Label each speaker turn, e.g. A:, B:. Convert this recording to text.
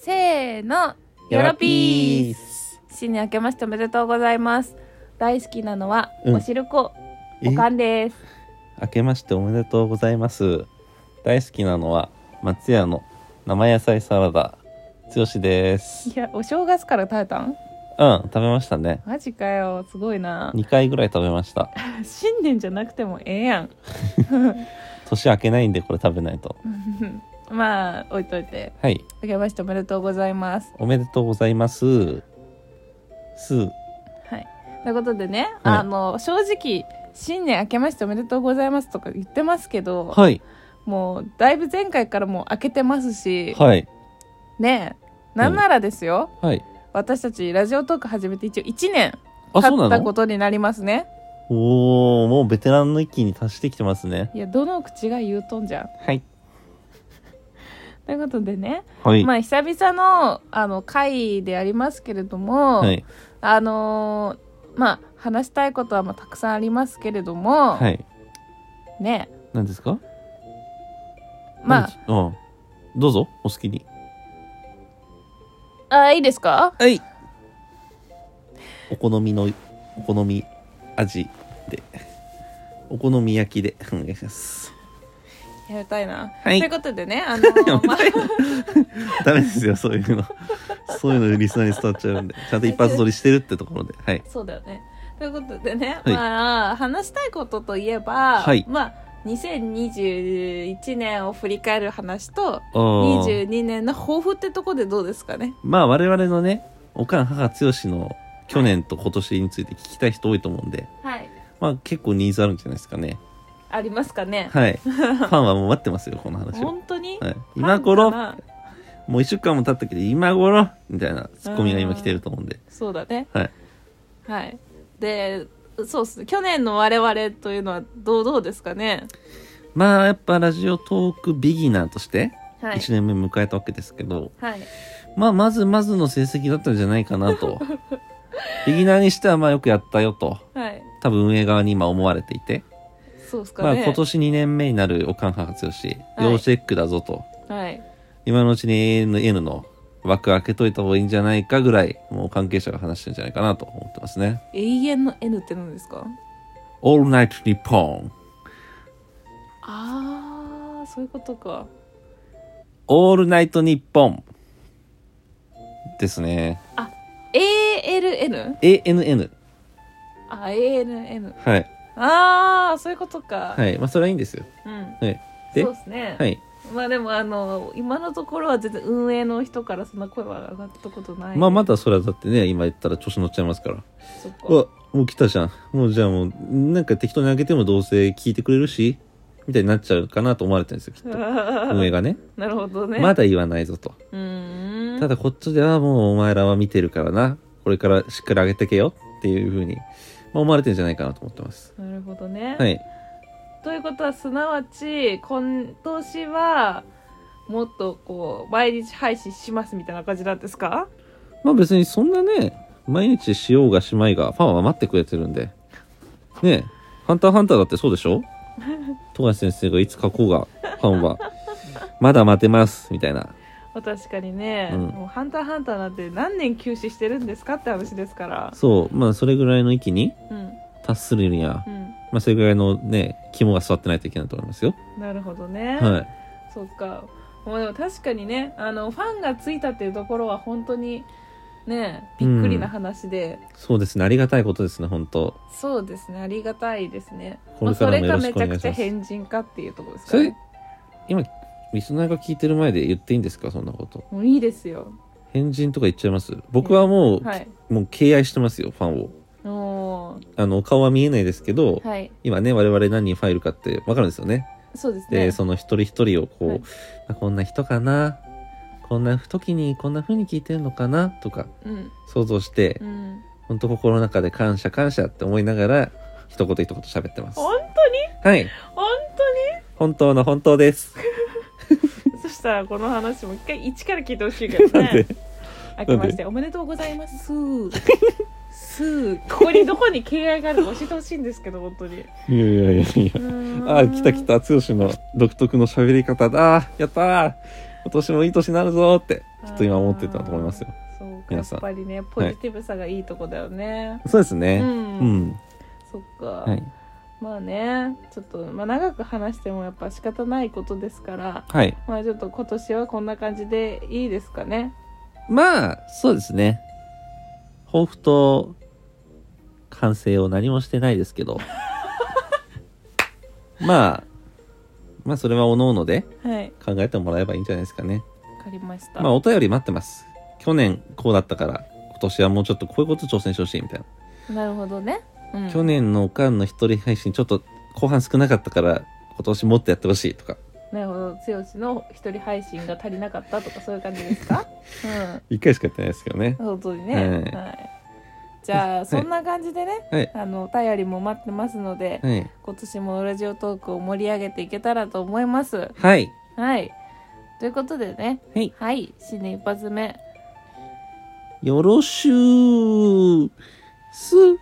A: せーの、よろぴーす。新年明けましておめでとうございます。大好きなのは、おしるこ、おかんです。
B: 明けましておめでとうございます。大好きなのは松屋の生野菜サラダ、つよしです。
A: いや、お正月から食べたん？
B: 食べましたね。
A: マジかよ、すごいな。
B: 2回ぐらい食べました。
A: 新年じゃなくてもええやん。
B: 年明けないんでこれ食べないと。
A: まあ置いといて。
B: はい。
A: 明けましておめでとうございます。
B: おめでとうございます。はい。
A: ということでね、
B: は
A: 正直新年明けましておめでとうございますとか言ってますけど、
B: はい。
A: もうだいぶ前回からもう明けてますし、
B: はい。
A: ねえ、なんならですよ、
B: はい。
A: 私たちラジオトーク始めて一応1年
B: あ、そう
A: 経った
B: なの？
A: ことになりますね。
B: おー、もうベテランの域に達してきてますね。
A: いや、どの口が言うとんじゃん。
B: はい。
A: ということでね、
B: はい。
A: まあ久々の回でありますけれども、
B: はい。
A: まあ話したいことはたくさんありますけれども、
B: はい。
A: ね、
B: 何ですか？
A: ま
B: どうぞ、お好きに。
A: いいですか？
B: はい。お好み味で、お好み焼きでお願いします。
A: やりたいな。
B: はい。
A: ということでね、
B: ダメですよ、そういうの。そういうのリスナーに伝わっちゃうんで、ちゃんと一発撮りしてるってところで。はい。
A: そうだよね。ということでね、
B: はい、
A: まあ話したいことといえば、
B: はい、
A: まあ2021年を振り返る話と22年の抱負ってとこでどうですかね。
B: まあ我々のね、おかん母剛の去年と今年について聞きたい人多いと思うんで、
A: はい、
B: まあ結構ニーズあるんじゃないですかね。
A: ありますかね。
B: はい。ファンはもう待ってますよ、この話を。
A: 本当に、
B: はい、今頃もう1週間も経ったけど今頃みたいなツッコミが今来てると思うんで。
A: そうだね。
B: はい。
A: はい。で、そうっすね。去年の我々というのはどうですかね。
B: まあやっぱラジオトークビギナーとして
A: 1
B: 年目迎えたわけですけど、
A: はい、
B: まあまずの成績だったんじゃないかなと。ビギナーにしてはまあよくやったよと、はい、多分運営側に今思われていて、
A: そうっすかね。
B: まあ今年2年目になるおかん母剛、要チェックだぞと、はい、今のうちに ANN の枠開けといた方がいいんじゃないかぐらいもう関係者が話してるんじゃないかなと思ってますね。
A: 永遠の N って何ですか？
B: オールナイトニッポン。
A: ああ、そういうことか。
B: オールナイトニッポンですね。
A: あ、ALN？
B: ANN。
A: あ、ANN。
B: はい。
A: ああ、そういうことか。
B: はい。まあそれはいいんですよ。
A: うん。
B: はい。で、
A: そうですね。
B: はい。
A: まあでも今のところは全然運営の人からそんな声は上がったことない。
B: まあまだそれはだってね、今言ったら調子乗っちゃいますから。
A: そっか。
B: うわ、もう来たじゃん。もうじゃあもうなんか適当にあげてもどうせ聞いてくれるしみたいになっちゃうかなと思われてるんですよ、きっと。運営がね。
A: なるほどね。
B: まだ言わないぞと。ただこっちではもうお前らは見てるからな、これからしっかり上げてけよっていう風に、まあ、思われてるんじゃないかなと思ってます。
A: なるほどね。
B: はい。
A: ということはすなわち今年はもっとこう毎日配信しますみたいな感じなんですか？
B: まあ別にそんなね、毎日しようがしまいがファンは待ってくれてるんでね。ハンターハンターだってそうでしょ。富樫先生がいつ書こうがファンはまだ待てますみたいな。
A: 確かにね、もうハンターハンターなんて何年休止してるんですかって話ですから。
B: そう、まあそれぐらいの域に達するには、まあそれぐらいのね肝が据わってないといけないと思いますよ。
A: なるほどね。
B: はい。
A: そっか。もうでも確かにね、ファンがついたっていうところは本当にね、びっくりな話で、
B: そうですね、ありがたいことですね、本当。
A: そうですね、ありがたいですね。
B: これからもよろしくお願いします。
A: それかめちゃくちゃ変人かっていうところですかね。
B: 今リスナーが聞いてる前で言っていいんですか、そんなこと。
A: もういいですよ。
B: 変人とか言っちゃいます。僕はもう、もう敬愛してますよ、ファンを。顔は見えないですけど、今ね我々何人ファイルかって分かるんですよね。
A: そうですね。
B: でその一人一人をこう、こんな人かな、こんな時にこんな風に聞いてるのかなとか、想像して、本当心の中で感謝って思いながら一言一言喋ってます。
A: 本当に？
B: はい。
A: 本当に？
B: 本当の本当です。
A: そしたらこの話も一回一から聞いてほしいけどね。明けましておめでとうございます。ここにどこに敬愛があるか教えてほしいんですけど、本当に。い
B: や。来た剛の独特の喋り方だ。やったー。 今年もいい年になるぞってきっと今思ってたと思いますよ。
A: そうか、や
B: 皆さん
A: っぱりねポジティブさがいいとこだよね、
B: そうですね。
A: うんそっか、
B: はい。
A: まあねちょっと、長く話してもやっぱ仕方ないことですから、
B: はい。
A: ちょっと今年はこんな感じでいいですかね。
B: まあ、そうですね。抱負と完成を何もしてないですけど。まあ、それはおのおので
A: はい
B: 考えてもらえばいいんじゃないですかね。
A: わかりました。
B: まあ、お便り待ってます。去年こうだったから、今年はもうちょっとこういうこと挑戦してほしいみたいな。
A: なるほどね、
B: 去年のおかんの一人配信ちょっと後半少なかったから、今年もっとやってほしいとか。
A: なるほど、剛の一人配信が足りなかったとかそういう感じですか？
B: 一回しかやってないですけどね。
A: 本当にね、
B: はい
A: じゃあそんな感じでね、
B: はい。
A: お便りも待ってますので、
B: はい。
A: 今年もラジオトークを盛り上げていけたらと思います。
B: はい。
A: はい、ということでね、
B: はい。
A: 新年一発目
B: よろしゅうす。